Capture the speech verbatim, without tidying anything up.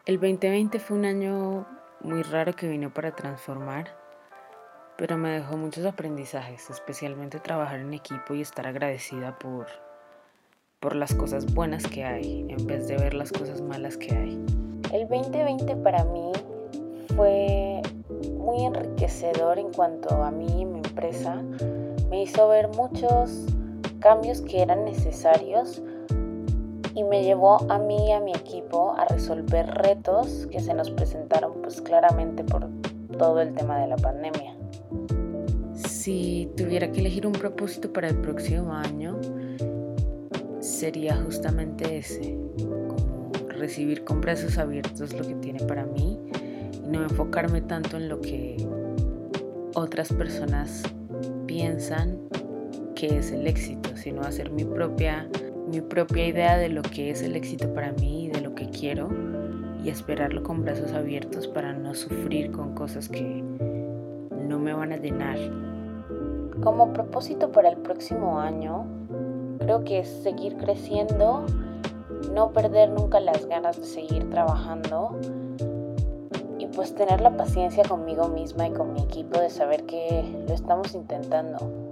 El veinte veinte fue un año muy raro que vino para transformar, pero me dejó muchos aprendizajes, especialmente trabajar en equipo y estar agradecida por, por las cosas buenas que hay, en vez de ver las cosas malas que hay. El veinte veinte para mí fue muy enriquecedor en cuanto a mí y mi empresa. Me hizo ver muchos cambios que eran necesarios y me llevó a mí y a mi equipo a resolver retos que se nos presentaron pues claramente por todo el tema de la pandemia. Si tuviera que elegir un propósito para el próximo año, sería justamente ese, como recibir con brazos abiertos lo que tiene para mí y no enfocarme tanto en lo que otras personas piensan que es el éxito, sino hacer mi propia, mi propia idea de lo que es el éxito para mí y de lo que quiero y esperarlo con brazos abiertos para no sufrir con cosas que no me van a llenar. Como propósito para el próximo año, creo que es seguir creciendo, no perder nunca las ganas de seguir trabajando y pues tener la paciencia conmigo misma y con mi equipo de saber que lo estamos intentando.